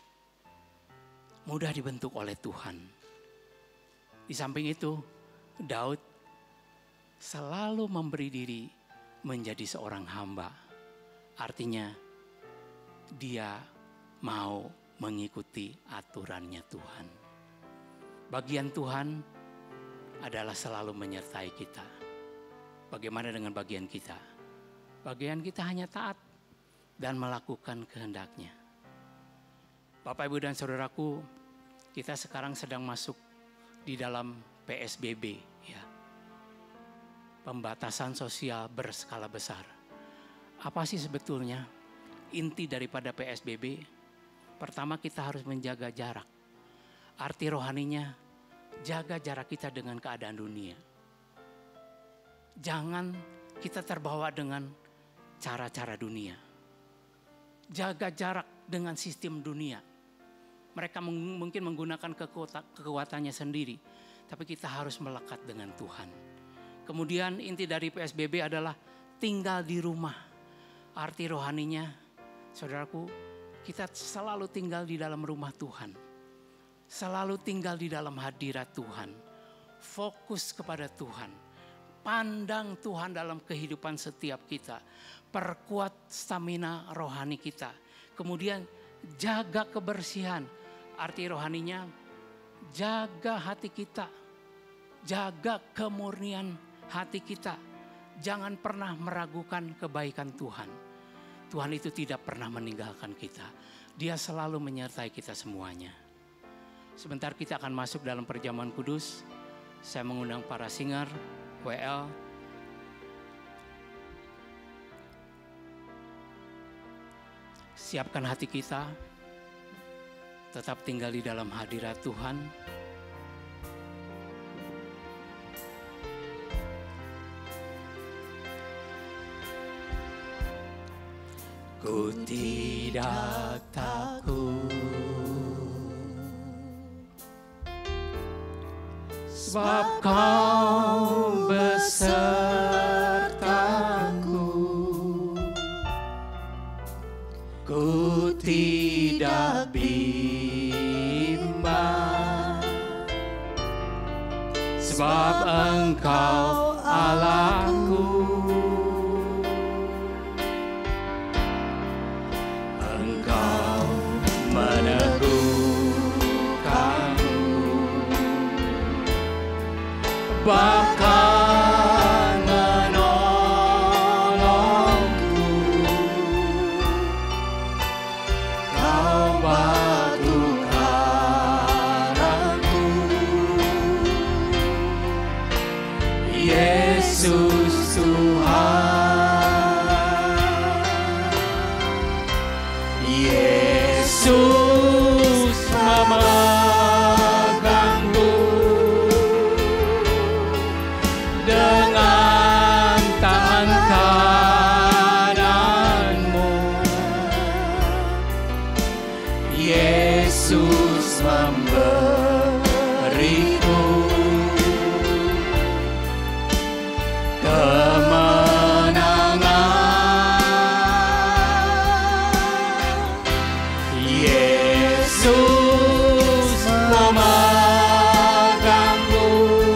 mudah dibentuk oleh Tuhan. Di samping itu, Daud selalu memberi diri menjadi seorang hamba. Artinya, dia mau mengikuti aturannya Tuhan. Bagian Tuhan adalah selalu menyertai kita. Bagaimana dengan bagian kita? Bagian kita hanya taat dan melakukan kehendaknya. Bapak, Ibu, dan Saudaraku, kita sekarang sedang masuk di dalam P S B B, ya. Pembatasan sosial berskala besar. Apa sih sebetulnya inti daripada P S B B? Pertama, kita harus menjaga jarak. Arti rohaninya, jaga jarak kita dengan keadaan dunia. Jangan kita terbawa dengan cara-cara dunia. Jaga jarak dengan sistem dunia. Mereka mungkin menggunakan kekuatannya sendiri, tapi kita harus melekat dengan Tuhan. Kemudian inti dari P S B B adalah tinggal di rumah. Arti rohaninya, saudaraku, kita selalu tinggal di dalam rumah Tuhan. Selalu tinggal di dalam hadirat Tuhan. Fokus kepada Tuhan. Pandang Tuhan dalam kehidupan setiap kita. Perkuat stamina rohani kita. Kemudian jaga kebersihan. Arti rohaninya, jaga hati kita. Jaga kemurnian hati kita. Jangan pernah meragukan kebaikan Tuhan. Tuhan itu tidak pernah meninggalkan kita. Dia selalu menyertai kita semuanya. Sebentar kita akan masuk dalam perjamuan kudus. Saya mengundang para singer, W L. Siapkan hati kita. Tetap tinggal di dalam hadirat Tuhan. ku tidak takut. Sebab Kau besertaku, ku tidak bimbang. Sebab Engkau Allahku, Engkau meneguhkanku, bahkan menolongku. Kau batu karangku, Yesus Tuhan. Yesus memegangku dengan tangan kananmu. Yesus memberiku kemenangan. Yesus memegangku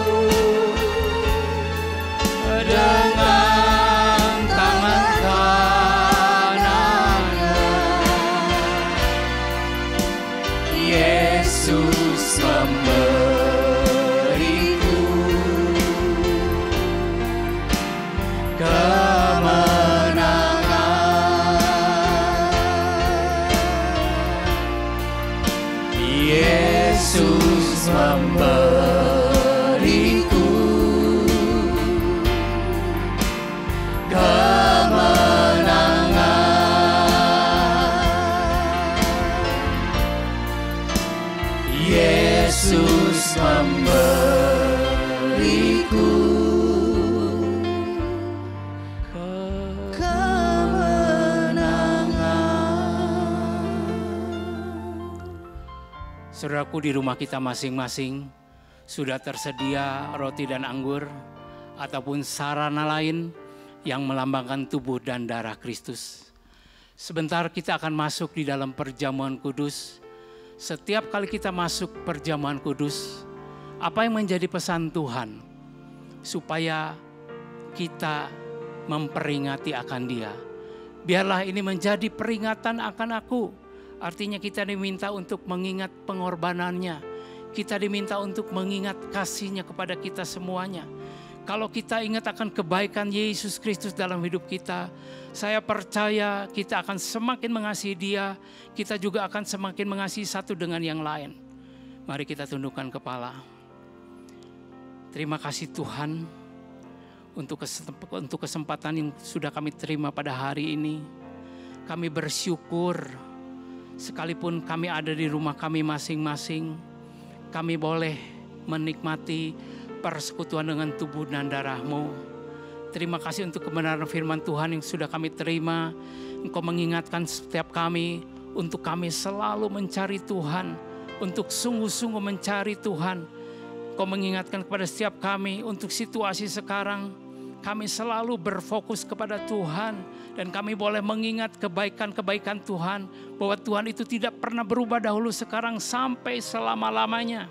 dengan tangan kanannya. Yesus memberiku kemenangan. Yesus memberiku kemenangan. Yesus memberiku kemenangan. Saudaraku, di rumah kita masing-masing sudah tersedia roti dan anggur ataupun sarana lain yang melambangkan tubuh dan darah Kristus. Sebentar kita akan masuk di dalam perjamuan kudus. Setiap kali kita masuk perjamuan kudus, apa yang menjadi pesan Tuhan? Supaya kita memperingati akan Dia. Biarlah ini menjadi peringatan akan aku. Artinya kita diminta untuk mengingat pengorbanannya. Kita diminta untuk mengingat kasih-Nya kepada kita semuanya. Kalau kita ingat akan kebaikan Yesus Kristus dalam hidup kita, saya percaya kita akan semakin mengasihi Dia, kita juga akan semakin mengasihi satu dengan yang lain. Mari kita tundukkan kepala. Terima kasih Tuhan untuk kesempatan yang sudah kami terima pada hari ini. Kami bersyukur sekalipun kami ada di rumah kami masing-masing, kami boleh menikmati persekutuan dengan tubuh dan darah-Mu. Terima kasih untuk kebenaran firman Tuhan yang sudah kami terima. Engkau mengingatkan setiap kami untuk kami selalu mencari Tuhan, untuk sungguh-sungguh mencari Tuhan. Engkau mengingatkan kepada setiap kami untuk situasi sekarang, kami selalu berfokus kepada Tuhan. Dan kami boleh mengingat kebaikan-kebaikan Tuhan, bahwa Tuhan itu tidak pernah berubah dahulu, sekarang, sampai selama-lamanya.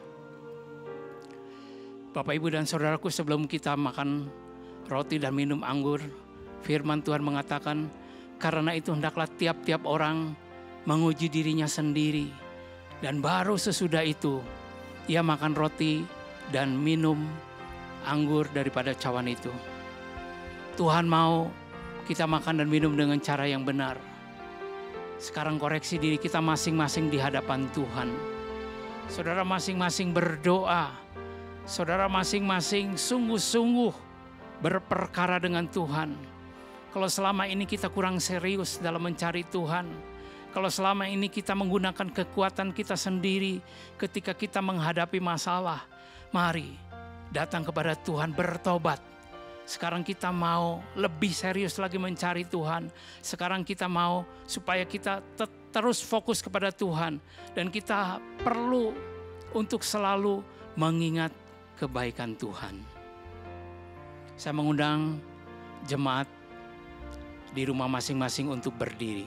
Bapak, Ibu, dan Saudaraku, sebelum kita makan roti dan minum anggur, firman Tuhan mengatakan, karena itu hendaklah tiap-tiap orang menguji dirinya sendiri. Dan baru sesudah itu, ia makan roti dan minum anggur daripada cawan itu. Tuhan mau kita makan dan minum dengan cara yang benar. Sekarang koreksi diri kita masing-masing di hadapan Tuhan. Saudara masing-masing berdoa. Saudara masing-masing sungguh-sungguh berperkara dengan Tuhan. Kalau selama ini kita kurang serius dalam mencari Tuhan, kalau selama ini kita menggunakan kekuatan kita sendiri ketika kita menghadapi masalah, mari datang kepada Tuhan, bertobat. Sekarang kita mau lebih serius lagi mencari Tuhan. Sekarang kita mau supaya kita terus fokus kepada Tuhan. Dan kita perlu untuk selalu mengingat kebaikan Tuhan. Saya mengundang jemaat di rumah masing-masing untuk berdiri.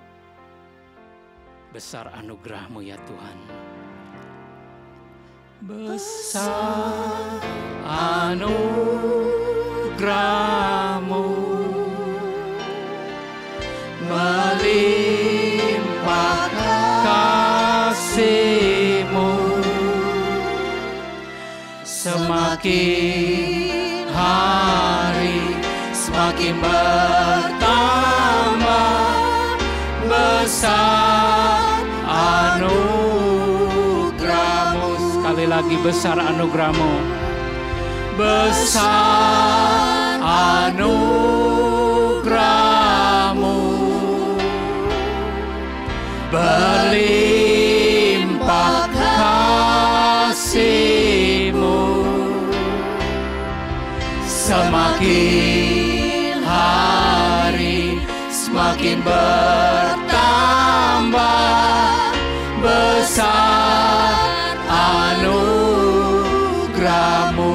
Besar anugerah-Mu ya Tuhan. Besar anugerah-Mu, melimpah kasih-Mu, semakin hari semakin bertambah, besar anugerah-Mu. Sekali lagi, besar anugerah-Mu. Besar anugerah-Mu, berlimpah kasih-Mu, semakin hari semakin bertambah, besar anugerah-Mu,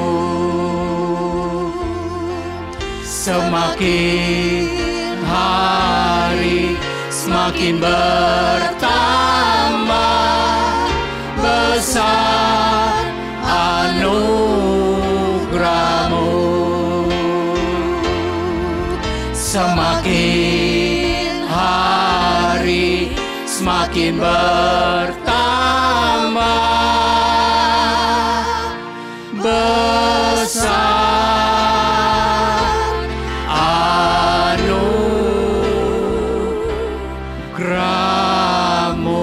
semakin hari semakin bertambah, besar anugerah-Mu, semakin hari semakin bertambah, besar anugerah-Mu.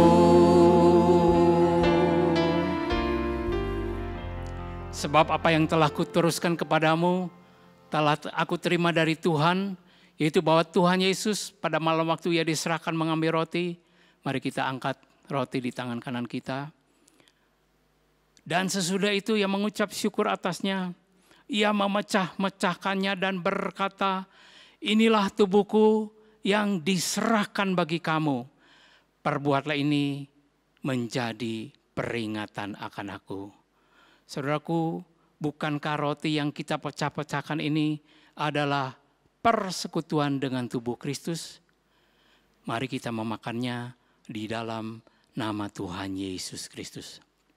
Sebab apa yang telah kuteruskan kepadamu telah aku terima dari Tuhan, yaitu bahwa Tuhan Yesus pada malam waktu Ia diserahkan mengambil roti. Mari kita angkat roti di tangan kanan kita. Dan sesudah itu Ia mengucap syukur atasnya. Ia memecah-mecahkannya dan berkata, inilah tubuhku yang diserahkan bagi kamu. Perbuatlah ini menjadi peringatan akan aku. Saudaraku, bukankah roti yang kita pecah-pecahkan ini adalah persekutuan dengan tubuh Kristus? Mari kita memakannya di dalam nama Tuhan Yesus Kristus.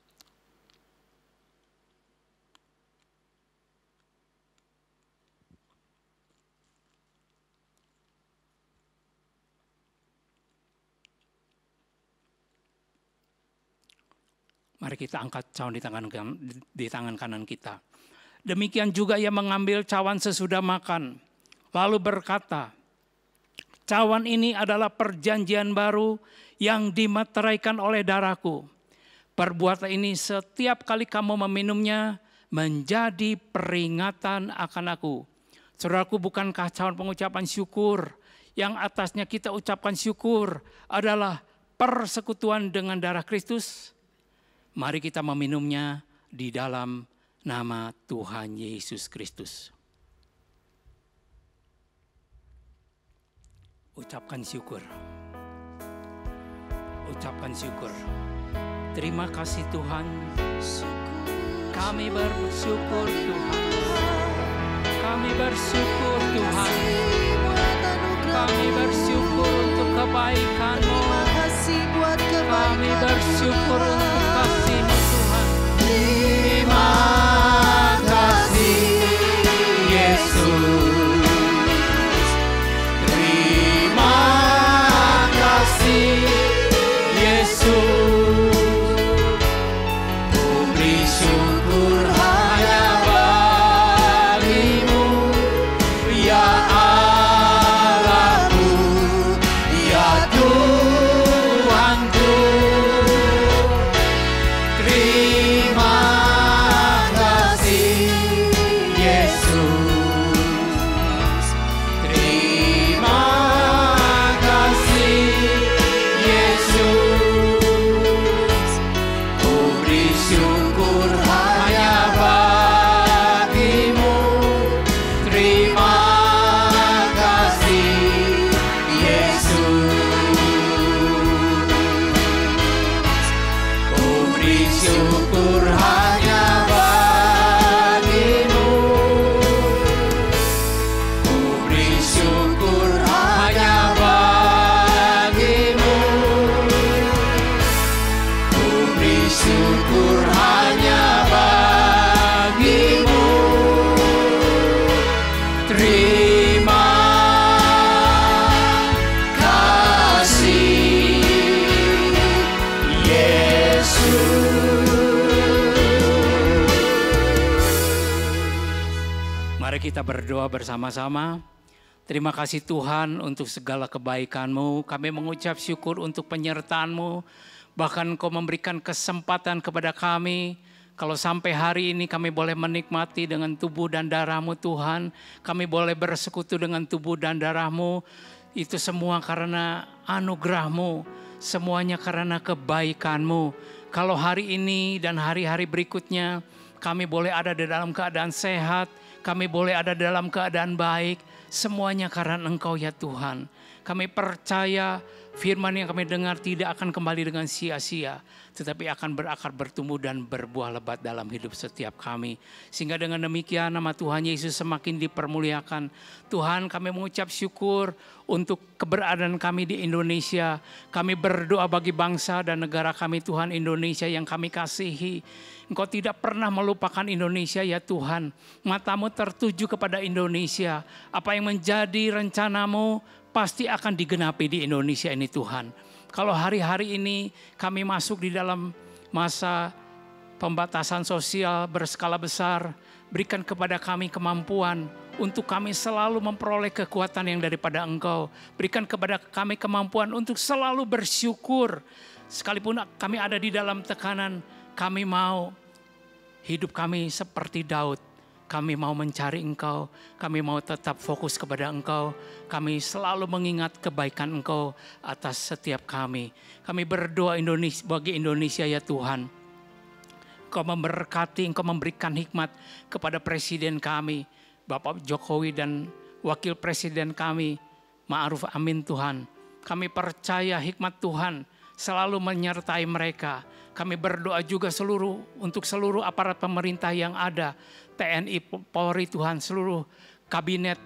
Mari kita angkat cawan di tangan, di tangan kanan kita. Demikian juga Ia mengambil cawan sesudah makan, lalu berkata, cawan ini adalah perjanjian baru yang dimeteraikan oleh darahku. Perbuatlah ini setiap kali kamu meminumnya menjadi peringatan akan aku. Saudaraku, bukankah cawan pengucapan syukur yang atasnya kita ucapkan syukur adalah persekutuan dengan darah Kristus? Mari kita meminumnya di dalam nama Tuhan Yesus Kristus. Ucapkan syukur. Ucapkan syukur. Terima kasih Tuhan. Kami bersyukur Tuhan. Kami bersyukur Tuhan. Kami bersyukur untuk kebaikan-Mu. Kami bersyukur untuk kasih-Mu Tuhan. Terima kasih Yesus. Terima kasih Yesus. Ku beri syukur hanya bagi-Mu, ya Allahku, ya Tuhanku. syukur hanya bagimu. Ku beri syukur hanya bagimu. Ku beri syukur hanya bagimu. Terima kasih Yesus. Mari kita berdoa bersama-sama. Terima kasih Tuhan untuk segala kebaikan-Mu. Kami mengucap syukur untuk penyertaan-Mu. Bahkan Kau memberikan kesempatan kepada kami. Kalau sampai hari ini kami boleh menikmati dengan tubuh dan darah-Mu Tuhan. Kami boleh bersekutu dengan tubuh dan darah-Mu. Itu semua karena anugerah-Mu. Semuanya karena kebaikan-Mu. Kalau hari ini dan hari-hari berikutnya kami boleh ada di dalam keadaan sehat. Kami boleh ada dalam keadaan baik. Semuanya karena Engkau ya Tuhan. Kami percaya firman yang kami dengar tidak akan kembali dengan sia-sia. Tetapi akan berakar, bertumbuh dan berbuah lebat dalam hidup setiap kami. Sehingga dengan demikian nama Tuhan Yesus semakin dipermuliakan. Tuhan, kami mengucap syukur untuk keberadaan kami di Indonesia. Kami berdoa bagi bangsa dan negara kami Tuhan Indonesia yang kami kasihi. Engkau tidak pernah melupakan Indonesia ya Tuhan. Matamu tertuju kepada Indonesia. Apa yang menjadi rencanamu pasti akan digenapi di Indonesia ini Tuhan. Kalau hari-hari ini kami masuk di dalam masa pembatasan sosial berskala besar, berikan kepada kami kemampuan untuk kami selalu memperoleh kekuatan yang daripada Engkau. Berikan kepada kami kemampuan untuk selalu bersyukur. Sekalipun kami ada di dalam tekanan, kami mau hidup kami seperti Daud. Kami mau mencari Engkau, kami mau tetap fokus kepada Engkau. Kami selalu mengingat kebaikan Engkau atas setiap kami. Kami berdoa Indonesia, bagi Indonesia ya Tuhan. Engkau memberkati, Engkau memberikan hikmat kepada Presiden kami, Bapak Jokowi dan Wakil Presiden kami, Ma'ruf Amin Tuhan. Kami percaya hikmat Tuhan selalu menyertai mereka. Kami berdoa juga seluruh untuk seluruh aparat pemerintah yang ada, T N I, Polri Tuhan, seluruh kabinet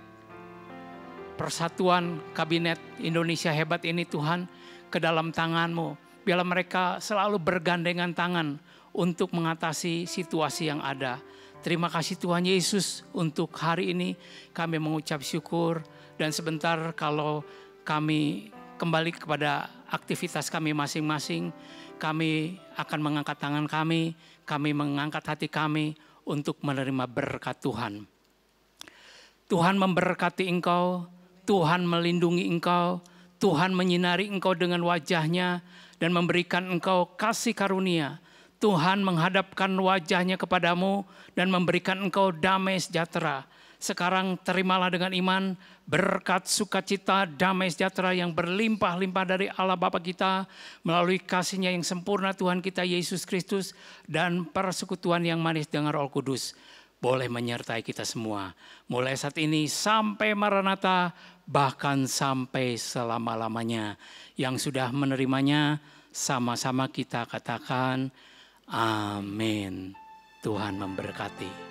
persatuan kabinet Indonesia hebat ini Tuhan, ke dalam tangan-Mu. Biarlah mereka selalu bergandengan tangan untuk mengatasi situasi yang ada. Terima kasih Tuhan Yesus untuk hari ini kami mengucap syukur. Dan sebentar kalau kami kembali kepada aktivitas kami masing-masing, kami akan mengangkat tangan kami, kami mengangkat hati kami untuk menerima berkat Tuhan. Tuhan memberkati engkau, Tuhan melindungi engkau, Tuhan menyinari engkau dengan wajahnya dan memberikan engkau kasih karunia. Tuhan menghadapkan wajahnya kepadamu dan memberikan engkau damai sejahtera. Sekarang terimalah dengan iman berkat sukacita damai sejahtera yang berlimpah-limpah dari Allah Bapa kita melalui kasih-Nya yang sempurna Tuhan kita Yesus Kristus dan persekutuan yang manis dengan Roh Kudus boleh menyertai kita semua. Mulai saat ini sampai Maranatha, bahkan sampai selama-lamanya. Yang sudah menerimanya sama-sama kita katakan amin. Tuhan memberkati.